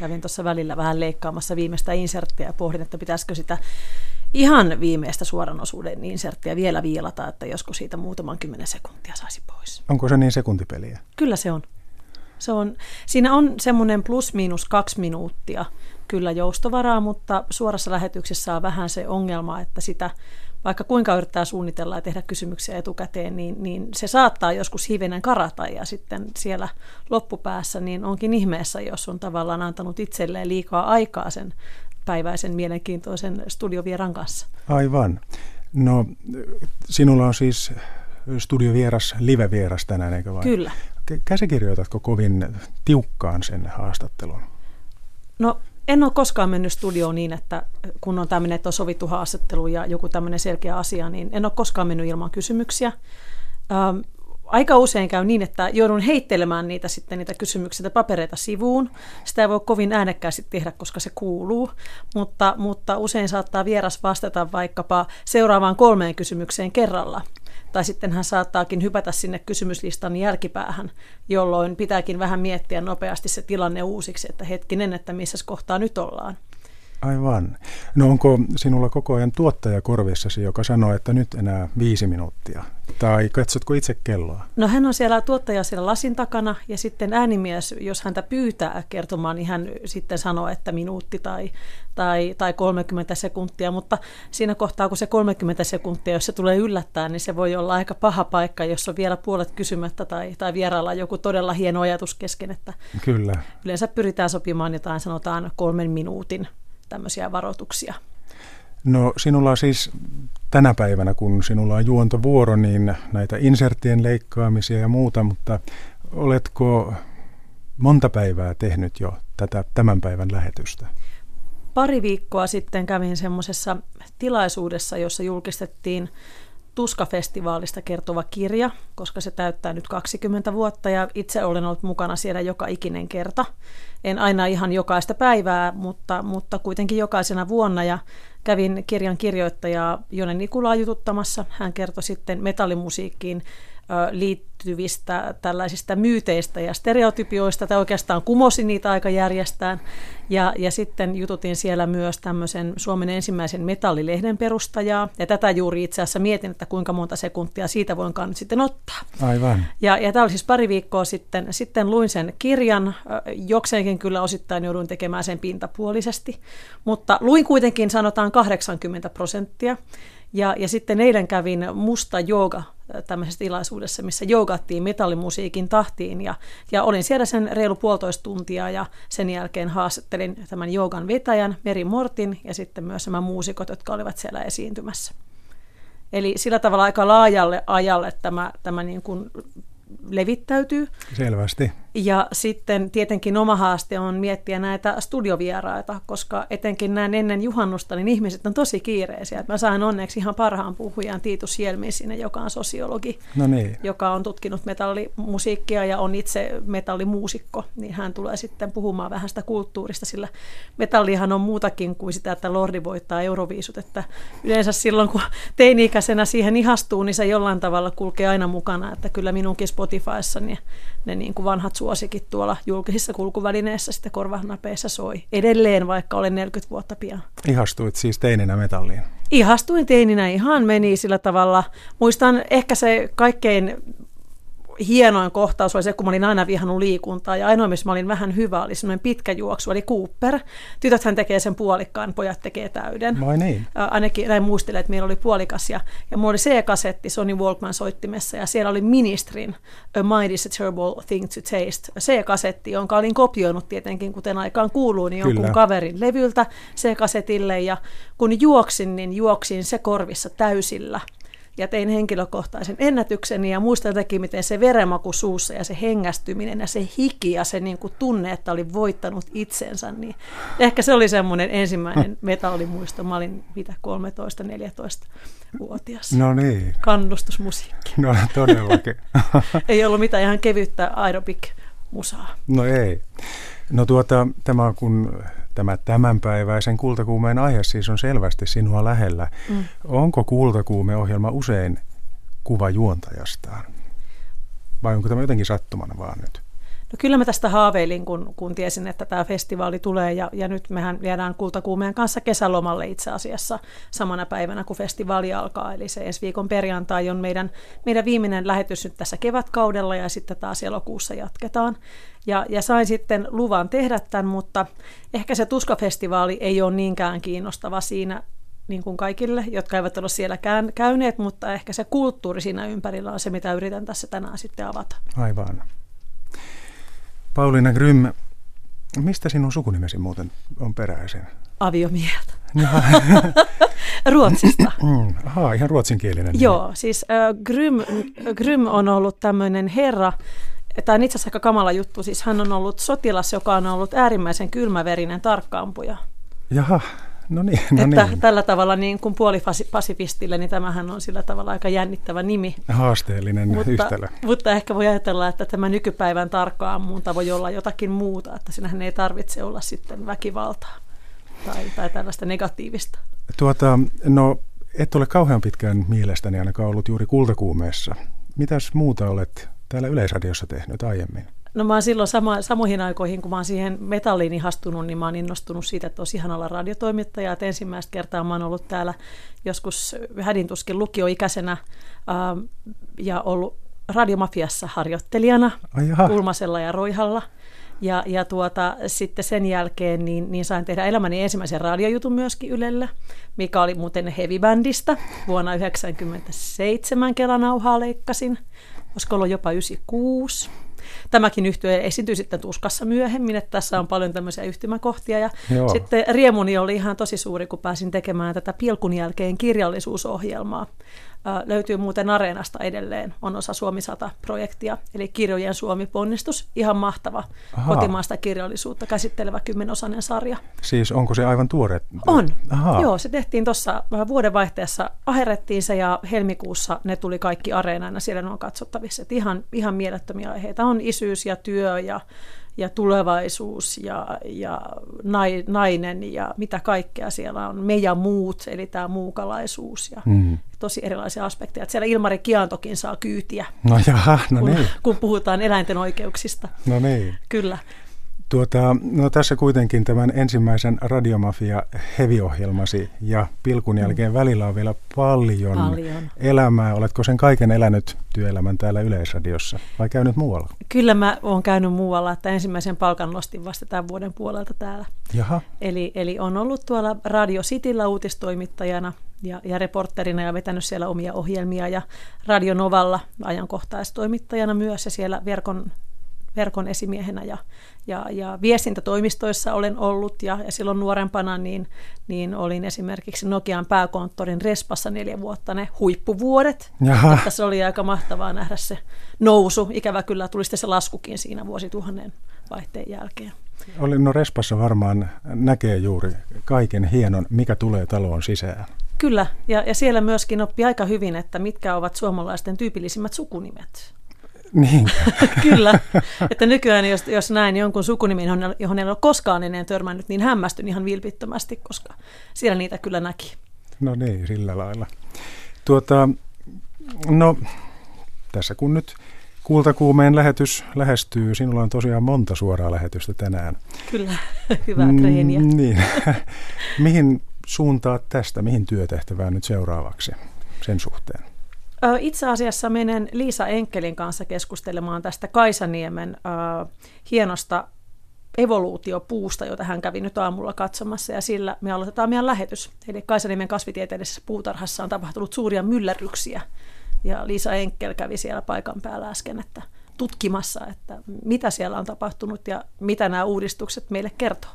Kävin tuossa välillä vähän leikkaamassa viimeistä inserttiä ja pohdin, että pitäisikö sitä ihan viimeistä suoran osuuden inserttiä vielä viilata, että joskus siitä muutaman 10 sekuntia saisi pois. Onko se niin sekuntipeliä? Kyllä se on. Siinä on semmoinen plus-miinus 2 minuuttia kyllä joustovaraa, mutta suorassa lähetyksessä on vähän se ongelma, että sitä vaikka kuinka yrittää suunnitella ja tehdä kysymyksiä etukäteen, niin se saattaa joskus hivenen karata ja sitten siellä loppupäässä niin onkin ihmeessä, jos on tavallaan antanut itselleen liikaa aikaa sen päiväisen mielenkiintoisen studiovieran kanssa. Aivan. No sinulla on siis studiovieras, live-vieras tänään, eikö vain? Kyllä. Käsikirjoitatko kovin tiukkaan sen haastattelun? No en ole koskaan mennyt studioon niin, että kun on tämmöinen, että on sovittu haastattelu ja joku tämmöinen selkeä asia, niin en ole koskaan mennyt ilman kysymyksiä. Aika usein käy niin, että joudun heittelemään niitä kysymyksiä papereita sivuun. Sitä ei voi kovin äänekkäästi tehdä, koska se kuuluu, mutta usein saattaa vieras vastata vaikkapa seuraavaan 3 kysymykseen kerralla. Tai sitten hän saattaakin hypätä sinne kysymyslistan jälkipäähän, jolloin pitääkin vähän miettiä nopeasti se tilanne uusiksi, että hetkinen, että missä kohtaa nyt ollaan. Aivan. No onko sinulla koko ajan tuottaja korvissasi, joka sanoo, että nyt enää 5 minuuttia? Tai katsotko itse kelloa? No hän on tuottaja siellä lasin takana ja sitten äänimies, jos häntä pyytää kertomaan, niin hän sitten sanoo, että minuutti tai 30 sekuntia. Mutta siinä kohtaa, kun se 30 sekuntia, jos se tulee yllättää, niin se voi olla aika paha paikka, jos on vielä puolet kysymättä tai vieraalla joku todella hieno ajatus kesken. Että kyllä. Yleensä pyritään sopimaan jotain, sanotaan 3 minuutin tämmöisiä varoituksia. No sinulla on siis tänä päivänä, kun sinulla on juontovuoro, niin näitä inserttien leikkaamisia ja muuta, mutta oletko monta päivää tehnyt jo tämän päivän lähetystä? Pari viikkoa sitten kävin semmoisessa tilaisuudessa, jossa julkistettiin Tuska-festivaalista kertova kirja, koska se täyttää nyt 20 vuotta ja itse olen ollut mukana siellä joka ikinen kerta. En aina ihan jokaista päivää, mutta kuitenkin jokaisena vuonna ja kävin kirjan kirjoittajaa Jone Nikulaa jututtamassa. Hän kertoi sitten metallimusiikkiin liittyvistä tällaisista myyteistä ja stereotypioista, tai oikeastaan kumosi niitä aika järjestään. Ja sitten jututin siellä myös tämmöisen Suomen ensimmäisen metallilehden perustajaa, ja tätä juuri itse asiassa mietin, että kuinka monta sekuntia siitä voinkaan nyt sitten ottaa. Aivan. Ja tämä oli siis pari viikkoa sitten luin sen kirjan, jokseenkin kyllä osittain jouduin tekemään sen pintapuolisesti, mutta luin kuitenkin sanotaan 80%. Ja sitten eilen kävin musta jooga tämmöisessä tilaisuudessa, missä joogattiin metallimusiikin tahtiin ja olin siellä sen reilu 1,5 tuntia ja sen jälkeen haastattelin tämän joogan vetäjän Meri Mortin ja sitten myös nämä muusikot, jotka olivat siellä esiintymässä. Eli sillä tavalla aika laajalle ajalle tämä niin kuin levittäytyy. Selvästi. Ja sitten tietenkin oma haaste on miettiä näitä studiovieraita, koska etenkin näin ennen juhannusta, niin ihmiset on tosi kiireisiä. Mä sain onneksi ihan parhaan puhujan Tiitus Jelmin sinne, joka on sosiologi, joka on tutkinut metallimusiikkia ja on itse metallimuusikko. Niin hän tulee sitten puhumaan vähän sitä kulttuurista, sillä metallihan on muutakin kuin sitä, että Lordi voittaa Euroviisut. Että yleensä silloin, kun teini-ikäisenä siihen ihastuu, niin se jollain tavalla kulkee aina mukana. Että kyllä minunkin Spotifyssa ne niin kuin vanhat suosikit tuolla julkisissa kulkuvälineissä sitten korvanapeissa soi edelleen, vaikka olen 40 vuotta pian. Ihastuit siis teininä metalliin? Ihastuin teininä, ihan meni sillä tavalla. Muistan ehkä se kaikkein hienoin kohtaus oli se, kun mä olin aina vihannut liikuntaa ja ainoa, missä mä olin vähän hyvä, oli semmoinen pitkä juoksu, eli Cooper. Tytöthän tekee sen puolikkaan, pojat tekee täyden. Vai niin? Ainakin näin muistelen, että meillä oli puolikas ja mulla oli C-kasetti Sony Walkman soittimessa ja siellä oli Ministrin A Mind is a Terrible Thing to Taste C-kasetti, jonka olin kopioinut tietenkin, kuten aikaan kuuluu, niin jonkun kaverin levyltä C-kasetille ja kun juoksin, niin juoksin se korvissa täysillä. Ja tein henkilökohtaisen ennätykseni ja muistan jotenkin, miten se verenmaku suussa ja se hengästyminen ja se hiki ja se niin kuin tunne, että oli voittanut itsensä. Niin ehkä se oli semmoinen ensimmäinen metallimuisto. Mä olin 13-14-vuotias. No niin. Kannustusmusiikki. No todellakin. Ei ollut mitään ihan kevyttä aerobik-musaa. No ei. No tämä tämänpäiväisen Kultakuumeen aihe siis on selvästi sinua lähellä. Onko Kultakuume-ohjelma usein kuva juontajastaan? Vai onko tämä jotenkin sattumana vaan nyt? No kyllä mä tästä haaveilin, kun tiesin, että tämä festivaali tulee, ja nyt mehän viedään Kultakuumeen kanssa kesälomalle itse asiassa samana päivänä, kun festivaali alkaa, eli se ensi viikon perjantai on meidän viimeinen lähetys nyt tässä kevätkaudella, ja sitten taas elokuussa jatketaan. Ja sain sitten luvan tehdä tämän, mutta ehkä se Tuska-festivaali ei ole niinkään kiinnostava siinä, niin kuin kaikille, jotka eivät ole siellä käyneet, mutta ehkä se kulttuuri siinä ympärillä on se, mitä yritän tässä tänään sitten avata. Aivan. Pauliina Grym, mistä sinun sukunimesi muuten on peräisin? Aviomieheltä. Ruotsista. Ihan ruotsinkielinen. Joo, siis Grym on ollut tämmöinen herra. Tämä on itse asiassa aika kamala juttu. Siis hän on ollut sotilas, joka on ollut äärimmäisen kylmäverinen tarkkaampuja. Jaha. No niin. Tällä tavalla niin kuin puolipasifistille, niin tämähän on sillä tavalla aika jännittävä nimi. Haasteellinen yhtälö. Mutta ehkä voi ajatella, että tämä nykypäivän tarkka ammunta voi olla jotakin muuta, että sinähän ei tarvitse olla sitten väkivaltaa tai tällaista negatiivista. No et ole kauhean pitkään mielestäni ainakaan ollut juuri Kultakuumeessa. Mitäs muuta olet täällä Yleisradiossa tehnyt aiemmin? No mä oon silloin samoihin aikoihin, kun mä oon siihen metalliin ihastunut, niin mä oon innostunut siitä, että olisi ihana olla radiotoimittaja. Et ensimmäistä kertaa mä oon ollut täällä joskus hädintuskin lukioikäisenä ja ollut radiomafiassa harjoittelijana Kulmasella ja Roihalla. Ja sitten sen jälkeen niin sain tehdä elämäni ensimmäisen radiojutun myöskin Ylellä, mikä oli muuten Heavy-bändistä. Vuonna 1997 kelanauhaa leikkasin, olisiko ollut jopa 1996. Tämäkin yhtye esiintyi sitten Tuskassa myöhemmin, että tässä on paljon tämmöisiä yhtymäkohtia. Ja sitten riemuni oli ihan tosi suuri, kun pääsin tekemään tätä Pilkun jälkeen kirjallisuusohjelmaa. Löytyy muuten Areenasta edelleen, on osa Suomi 100-projektia, eli Kirjojen Suomi-ponnistus. Ihan mahtava kotimaista kirjallisuutta käsittelevä 10-osainen sarja. Siis onko se aivan tuore? On. Joo, se tehtiin tuossa vuodenvaihteessa, aherrettiin se ja helmikuussa ne tuli kaikki Areenaan ja siellä ne on katsottavissa. Että ihan mielettömiä aiheita. On isyys ja työ ja tulevaisuus ja nainen ja mitä kaikkea siellä on. Me ja muut, eli tämä muukalaisuus ja tosi erilaisia aspekteja. Että siellä Ilmari Kiantokin saa kyytiä, kun puhutaan eläinten oikeuksista. No niin. Kyllä. No tässä kuitenkin tämän ensimmäisen Radiomafia heavy-ohjelmasi ja Pilkun jälkeen välillä on vielä paljon elämää. Oletko sen kaiken elänyt työelämän täällä Yleisradiossa vai käynyt muualla? Kyllä mä oon käynyt muualla, että ensimmäisen palkan nostin vasta tämän vuoden puolelta täällä. Jaha. Eli on ollut tuolla Radio Cityllä uutistoimittajana ja reporterina ja vetänyt siellä omia ohjelmia ja Radio Novalla ajankohtaistoimittajana myös ja siellä verkon esimiehenä ja viestintätoimistoissa olen ollut ja silloin nuorempana niin olin esimerkiksi Nokian pääkonttorin Respassa 4 vuotta ne huippuvuodet. Että se oli aika mahtavaa nähdä se nousu. Ikävä kyllä tuli sitten se laskukin siinä vuosituhannen vaihteen jälkeen. Respassa varmaan näkee juuri kaiken hienon, mikä tulee taloon sisään. Kyllä, ja siellä myöskin oppi aika hyvin, että mitkä ovat suomalaisten tyypillisimmät sukunimet. Niin. Kyllä, että nykyään jos näin jonkun sukunimen, johon en ole koskaan ennen törmännyt, niin hämmästyn ihan vilpittömästi, koska siellä niitä kyllä näki. No niin, sillä lailla. No, tässä kun nyt Kultakuumeen lähetys lähestyy, sinulla on tosiaan monta suoraa lähetystä tänään. Kyllä, hyvää treeniä. Niin. Mihin suuntaat tästä, mihin työtehtävään nyt seuraavaksi sen suhteen? Itse asiassa menen Liisa Enkelin kanssa keskustelemaan tästä Kaisaniemen hienosta evoluutiopuusta, jota hän kävi nyt aamulla katsomassa, ja sillä me aloitetaan meidän lähetys. Eli Kaisaniemen kasvitieteellisessä puutarhassa on tapahtunut suuria myllerryksiä, ja Liisa Enkel kävi siellä paikan päällä äsken tutkimassa, että mitä siellä on tapahtunut ja mitä nämä uudistukset meille kertoo.